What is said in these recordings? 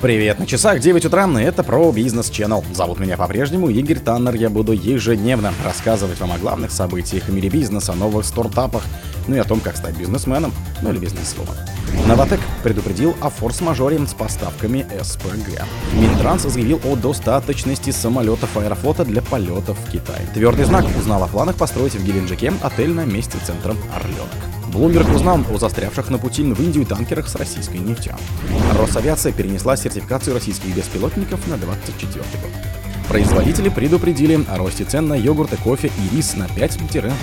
Привет, на часах 9 утра, и это про Бизнес Channel. Зовут меня по-прежнему Игорь Таннер. Я буду ежедневно рассказывать вам о главных событиях в мире бизнеса, о новых стартапах, ну и о том, как стать бизнесменом, ну или бизнесвумен. Новатэк предупредил о форс-мажоре с поставками СПГ. Минтранс заявил о достаточности самолетов Аэрофлота для полетов в Китай. Твердый знак узнал о планах построить в Геленджике отель на месте центра Орленок. Bloomberg узнал о застрявших на пути в Индию танкерах с российской нефтью. Росавиация перенесла сертификацию российских беспилотников на 2024 год. Производители предупредили о росте цен на йогурт и кофе и рис на 5-20%.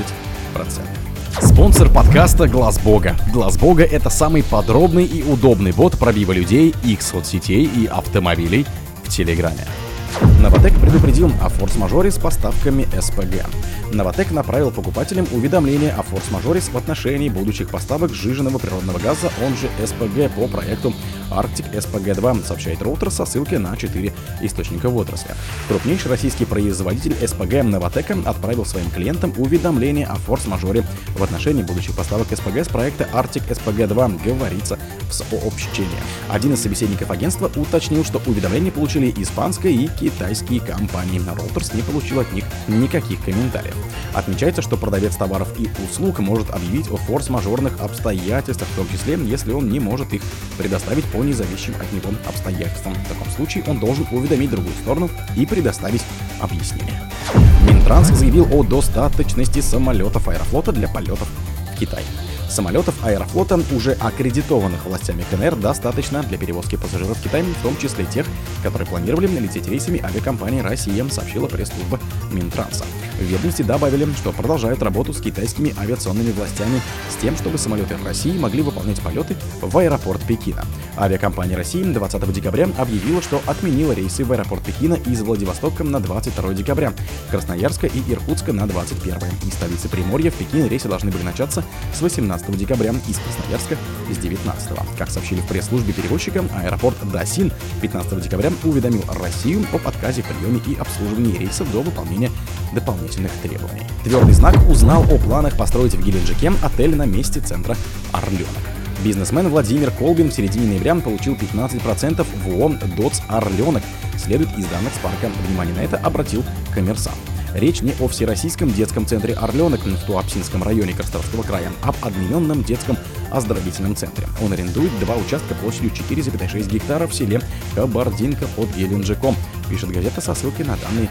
Спонсор подкаста Глаз Бога. Глаз Бога — это самый подробный и удобный бот пробива людей, их соцсетей и автомобилей в Телеграме. Новатэк предупредил о форс-мажоре с поставками СПГ. Новатэк направил покупателям уведомление о форс-мажоре в отношении будущих поставок сжиженного природного газа, он же СПГ, по проекту Arctic SPG2, сообщает Reuters со ссылкой на 4 источника в отрасли. Крупнейший российский производитель СПГ Новатэка отправил своим клиентам уведомление о форс-мажоре в отношении будущих поставок СПГ с проекта Arctic SPG2, говорится в сообщении. Один из собеседников агентства уточнил, что уведомление получили испанская и китайские компании. Reuters не получил от них никаких комментариев. Отмечается, что продавец товаров и услуг может объявить о форс-мажорных обстоятельствах, в том числе, если он не может их предоставить по независимым от него обстоятельствам. В таком случае он должен уведомить другую сторону и предоставить объяснение. Минтранс заявил о достаточности самолетов Аэрофлота для полетов в Китай. Самолетов Аэрофлота, уже аккредитованных властями КНР, достаточно для перевозки пассажиров в Китай, в том числе тех, которые планировали лететь рейсами авиакомпании «Россия», сообщила пресс-служба Минтранса. В ведомстве добавили, что продолжают работу с китайскими авиационными властями с тем, чтобы самолеты России могли выполнять полеты в аэропорт Пекина. Авиакомпания России 20 декабря объявила, что отменила рейсы в аэропорт Пекина из Владивостока на 22 декабря, Красноярска и Иркутска на 21. Из столицы Приморья в Пекин рейсы должны были начаться с 18 декабря, из Красноярска с 19. Как сообщили в пресс-службе перевозчика, аэропорт Дасин 15 декабря уведомил Россию об отказе в приеме и обслуживании рейсов до выполнения дополнительных требований. Твердый знак узнал о планах построить в Геленджике отель на месте центра Орленок. Бизнесмен Владимир Колбин в середине ноября получил 15% в ООО «ДОЦ Орленок», следует из данных с парка. Внимание на это обратил «Коммерсант». Речь не о Всероссийском детском центре «Орленок» в Туапсинском районе Краснодарского края, а об одноименном детском оздоровительном центре. Он арендует 2 участка площадью 4,6 гектара в селе Кабардинка под Геленджиком, пишет газета со ссылкой на данные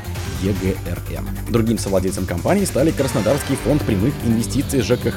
ЕГРН. Другим совладельцем компании стали Краснодарский фонд прямых инвестиций ЖКХ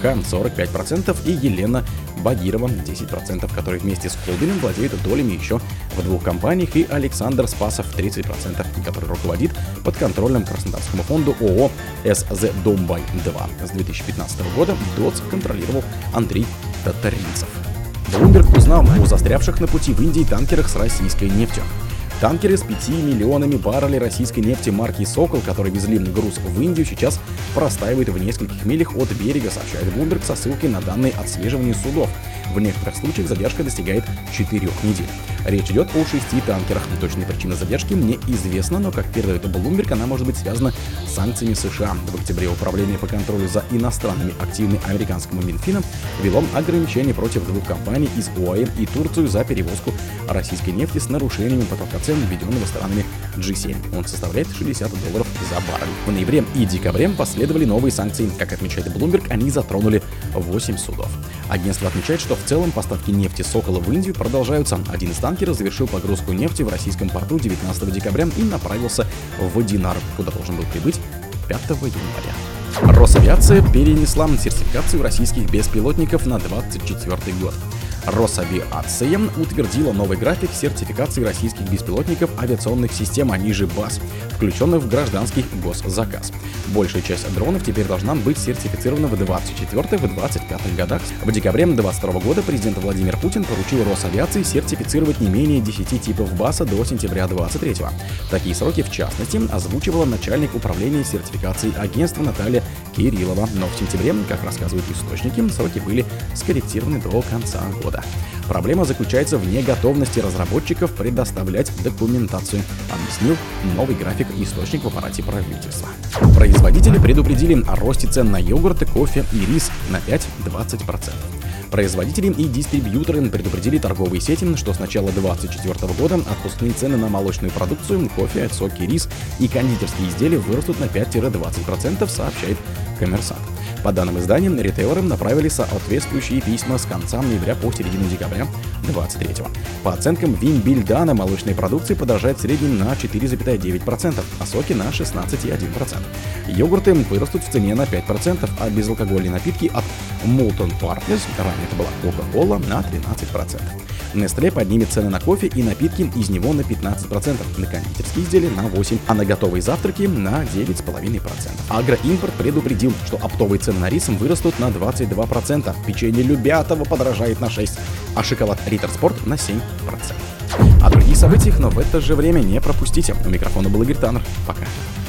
45% и Елена Багирова 10%, который вместе с Колбиным владеет долями еще в 2 компаниях, и Александр Спасов 30%, который руководит подконтрольным Краснодарскому фонду ООО СЗ Домбай-2. С 2015 года ДОЦ контролировал Андрей Татаринцев. Bloomberg узнал о застрявших на пути в Индии танкерах с российской нефтью. Танкеры с 5 миллионами баррелей российской нефти марки «Сокол», которые везли груз в Индию, сейчас простаивают в нескольких милях от берега, сообщает Bloomberg со ссылкой на данные отслеживания судов. В некоторых случаях задержка достигает 4 недель. Речь идет о 6 танкерах. Точная причина задержки неизвестна, но, как передает Bloomberg, она может быть связана с санкциями США. В октябре Управление по контролю за иностранными активами американскому Минфина ввело ограничения против 2 компаний из ОАЭ и Турцию за перевозку российской нефти с нарушениями потока цен, введенного странами G7. Он составляет $60 за баррель. В ноябре и декабре последовали новые санкции. Как отмечает Bloomberg, они затронули 8 судов. Агентство отмечает, что в целом поставки нефти «Сокола» в Индию продолжаются. Один из танкеров завершил погрузку нефти в российском порту 19 декабря и направился в Динар, куда должен был прибыть 5 января. Росавиация перенесла сертификацию российских беспилотников на 2024 год. Росавиация утвердила новый график сертификации российских беспилотников авиационных систем, они же БАС, включенных в гражданский госзаказ. Большая часть дронов теперь должна быть сертифицирована в 2024-2025 годах. В декабре 2022 года президент Владимир Путин поручил Росавиации сертифицировать не менее 10 типов БАСа до сентября 2023. Такие сроки, в частности, озвучивала начальник управления сертификацией агентства Наталья Кириллова. Но в сентябре, как рассказывают источники, сроки были скорректированы до конца года. Проблема заключается в неготовности разработчиков предоставлять документацию, объяснил новый график источник в аппарате правительства. Производители предупредили о росте цен на йогурты, кофе и рис на 5-20%. Производители и дистрибьюторы предупредили торговые сети, что с начала 2024 года отпускные цены на молочную продукцию, кофе, соки, рис и кондитерские изделия вырастут на 5-20%, сообщает Коммерсант. По данным издания, ритейлеры направили соответствующие письма с конца ноября по середину декабря 2023. По оценкам Вимбильдана, молочной продукции подорожает в среднем на 4,9%, а соки на 16,1%. Йогурты вырастут в цене на 5%, а безалкогольные напитки от Molton Partners, ранее это была Coca-Cola, на 13%. Nestlé поднимет цены на кофе и напитки из него на 15%, на кондитерские изделия на 8%, а на готовые завтраки на 9,5%. Агроимпорт предупредил, что оптовые цены на рис вырастут на 22%, печенье Любятово подорожает на 6%, а шоколад Ritter Sport на 7%. О других событиях, но в это же время не пропустите. У микрофона был Игорь Таннер. Пока.